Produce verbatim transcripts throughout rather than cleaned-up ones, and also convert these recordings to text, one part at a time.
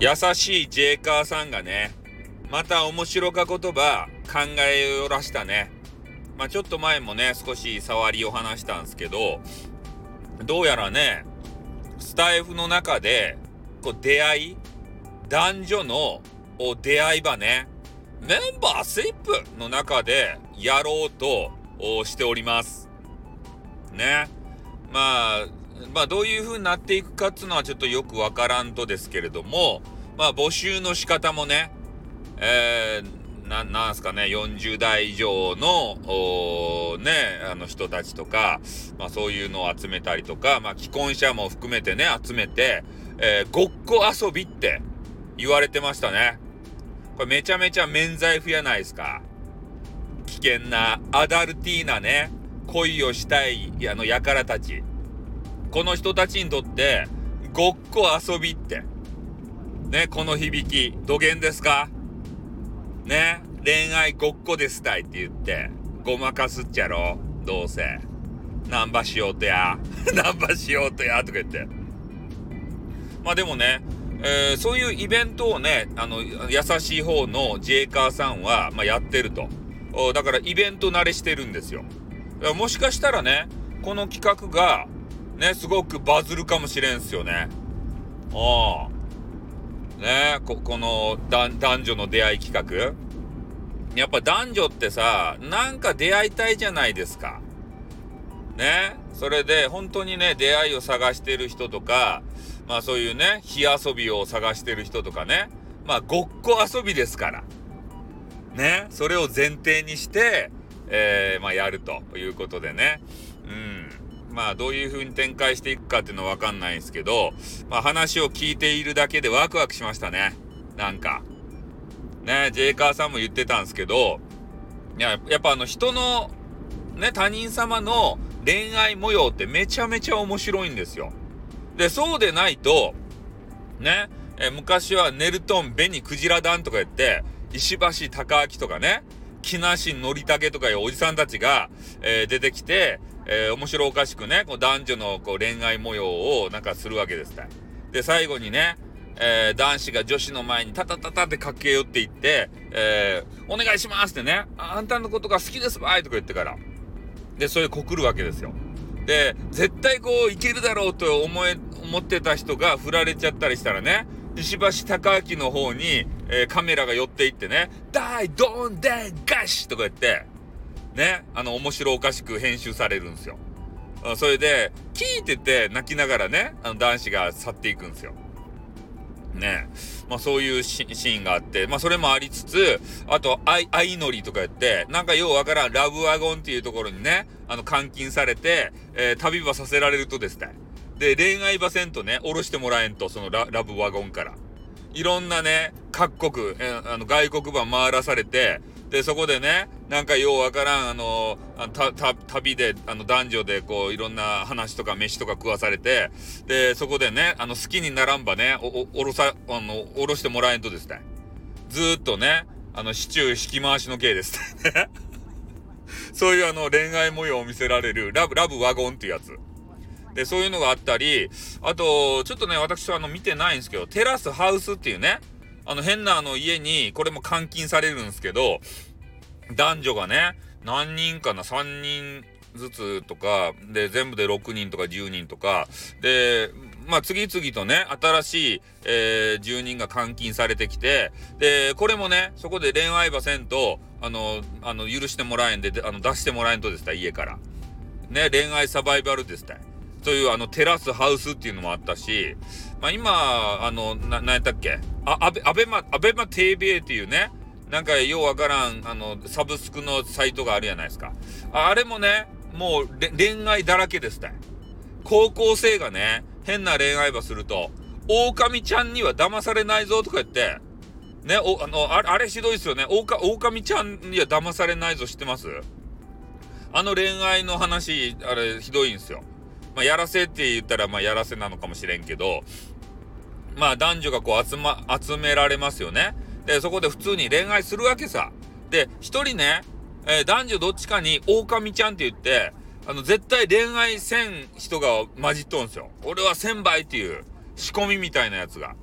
優しいジェイカーさんがね、また面白か言葉考えよらしたね。まあちょっと前もね、少し触りを話したんですけど、どうやらね、スタイフの中で、こう出会い、男女の出会い場ね、メンバーシップの中でやろうとしております。ね。まあ、まあどういう風になっていくかっていうのはちょっとよくわからんとですけれども、まあ募集の仕方もね、えー、な、なんすかね、よんじゅう代以上の、ね、あの人たちとか、まあそういうのを集めたりとか、まあ既婚者も含めてね、集めて、えー、ごっこ遊びって言われてましたね。これめちゃめちゃ免罪符やないですか。危険なアダルティーなね、恋をしたいあの輩たち。この人たちにとって、ごっこ遊びって、ね、この響き、どげんですかね、恋愛ごっこですたいって言って、ごまかすっちゃろ、どうせ。ナンバしようとや、ナンバしようとや、とか言って。まあでもね、えー、そういうイベントをね、あの、優しい方のジェイカーさんは、まあ、やってると。だからイベント慣れしてるんですよ。もしかしたらね、この企画が、ね、すごくバズるかもしれんすよね。ああ。ね、こ、この男女の出会い企画。やっぱ男女ってさ、なんか出会いたいじゃないですか。ね。それで本当にね、出会いを探してる人とか、まあそういうね、火遊びを探してる人とかね。まあごっこ遊びですから。ね。それを前提にして、えー、まあやるということでね。うん。まあどういう風に展開していくかっていうのはわかんないんですけど、まあ話を聞いているだけでワクワクしましたね。なんか。ね、ジェイカーさんも言ってたんですけど、いや、やっぱあの人の、ね、他人様の恋愛模様ってめちゃめちゃ面白いんですよ。で、そうでないと、ね、え昔はネルトン、ベニ、クジラ団とか言って、石橋貴明とかね、木梨憲武とかいうおじさんたちが、えー、出てきて、えー、面白おかしくね、こう男女のこう恋愛模様をなんかするわけですね。で、最後にね、えー、男子が女子の前にタタタタって駆け寄っていって、えー、お願いしますってね、あ, あんたのことが好きですばいとか言ってから。で、それ告るわけですよ。で、絶対こういけるだろうと思え、思ってた人が振られちゃったりしたらね、石橋貴明の方に、えー、カメラが寄っていってね、大どんでんガシとか言って、ね、あの面白おかしく編集されるんですよ。それで、キーって言って泣きながらね、あの男子が去っていくんですよ。ね。まあそういうシーンがあって、まあそれもありつつ、あと、愛、愛のりとか言って、なんかようわからんラブワゴンっていうところにね、あの監禁されて、えー、旅場させられるとですね。で、恋愛場せんとね、降ろしてもらえんと、そのラ、ラブワゴンから。いろんなね、各国、えー、あの外国版回らされて、で、そこでね、なんかようわからん、あの、た、た、旅で、あの、男女でこう、いろんな話とか飯とか食わされて、で、そこでね、あの、好きにならんばね、お、お、おろさ、あの、おろしてもらえんとですね。ずーっとね、あの、シチュー引き回しの刑ですね。そういうあの、恋愛模様を見せられる、ラブ、ラブワゴンっていうやつ。で、そういうのがあったり、あと、ちょっとね、私はあの、見てないんですけど、テラスハウスっていうね、あの、変なあの、家に、これも監禁されるんですけど、男女がね、何人かな、さんにんずつとか、で、全部でろくにんとかじゅうにんとか、で、まあ、次々とね、新しい、えー、住人が監禁されてきて、で、これもね、そこで恋愛場せんと、あの、あの、許してもらえんで、あの、出してもらえんとですた、家から。ね、恋愛サバイバルですた。そういうあのテラスハウスっていうのもあったし、まあ今、あの、な、なんやったっけあ、アベ、アベマ、アベマ ティービーエー っていうね、なんかようわからん、あの、サブスクのサイトがあるじゃないですか。あ, あれもね、もう恋愛だらけですたい。高校生がね、変な恋愛場すると、狼ちゃんには騙されないぞとか言って、ね、お、あの、あれ、あれひどいですよね。おか、狼ちゃんには騙されないぞ知ってます？あの恋愛の話、あれひどいんですよ。まあ、やらせって言ったら、まあ、やらせなのかもしれんけど、まあ、男女がこう集ま、集められますよね。で、そこで普通に恋愛するわけさ。で、一人ね、えー、男女どっちかに狼ちゃんって言って、あの、絶対恋愛せん人が混じっとんすよ。俺はせんばいっていう仕込みみたいなやつが。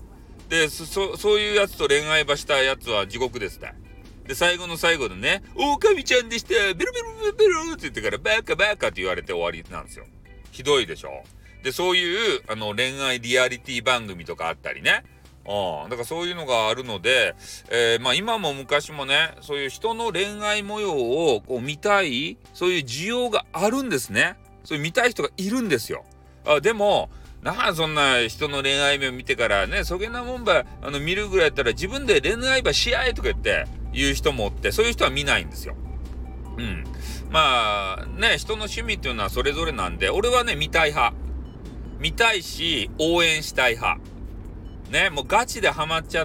で、そ、そういうやつと恋愛ばしたやつは地獄ですね。で、最後の最後でね、狼ちゃんでした、ベロベロベロベロって言ってから、バカバカって言われて終わりなんですよ。ひどいでしょ。で、そういう、あの、恋愛リアリティ番組とかあったりね。うん。だからそういうのがあるので、えー、まあ今も昔もね、そういう人の恋愛模様をこう見たい、そういう需要があるんですね。そういう見たい人がいるんですよ。あ、でも、なあ、そんな人の恋愛目を見てからね、そげなもんば、あの、見るぐらいやったら自分で恋愛ばし合いとか言って言う人もおって、そういう人は見ないんですよ。うん。まあ、ね、人の趣味っていうのはそれぞれなんで、俺はね、見たい派。見たいし、応援したい派。ね、もうガチでハマっちゃって、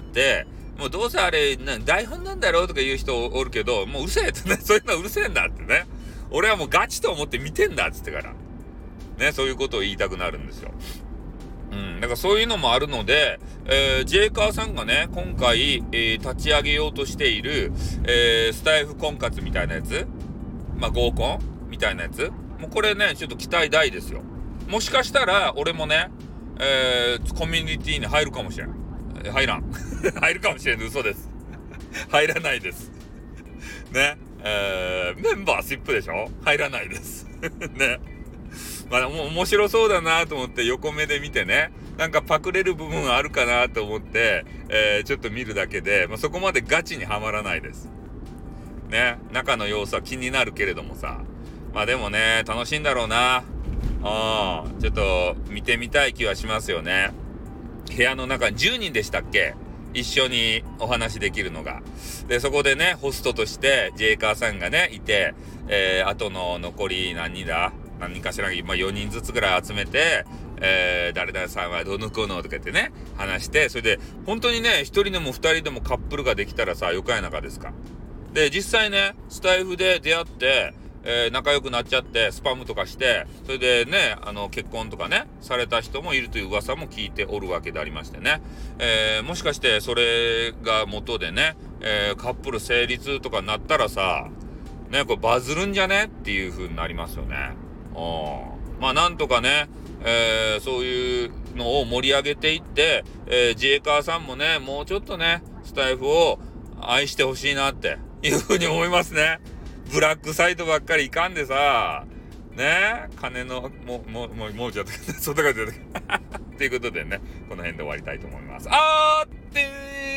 もうどうせあれ、な台本なんだろうとか言う人おるけど、もううるせえってね、そういうのはうるせえんだってね。俺はもうガチと思って見てんだっつってから。ね、そういうことを言いたくなるんですよ。うん、だからそういうのもあるので、えー、ジェイカーさんがね、今回、えー、立ち上げようとしている、えー、スタイフ婚活みたいなやつ、まあ合コンみたいなやつ、もうこれね、ちょっと期待大ですよ。もしかしたら、俺もね、えー、コミュニティに入るかもしれん。えー、入らん。入るかもしれん。嘘です。入らないです。ね。えー、メンバーシップでしょ？入らないです。ね。まあ、もう面白そうだなと思って横目で見てね、なんかパクれる部分あるかなと思って、えー、ちょっと見るだけで、まあ、そこまでガチにはまらないです。ね。中の様子は気になるけれどもさ。まあでもね、楽しいんだろうな。ああ、ちょっと見てみたい気はしますよね。部屋の中にじゅうにんでしたっけ？一緒にお話できるのが。で、そこでね、ホストとしてジェイカーさんがね、いて、えー、あとの残り何人だ何人かしらんけど、まあよにんずつぐらい集めて、えー、誰々さんはどうのこうのとか言ってね、話して、それで、本当にね、一人でも二人でもカップルができたらさ、よかやなかですか。で、実際ね、スタイフで出会って、えー、仲良くなっちゃって、スパムとかして、それでね、あの、結婚とかね、された人もいるという噂も聞いておるわけでありましてね。えー、もしかしてそれが元でね、えー、カップル成立とかになったらさ、ね、これバズるんじゃねっていう風になりますよね。うん。まあ、なんとかね、えー、そういうのを盛り上げていって、えー、ジェイカーさんもね、もうちょっとね、スタイフを愛してほしいなっていう風に思いますね。ブラックサイトばっかりいかんでさ、ね、金の、もう、もう、もう、もうちょっと、そんな感じで。ということでね、この辺で終わりたいと思います。あーってー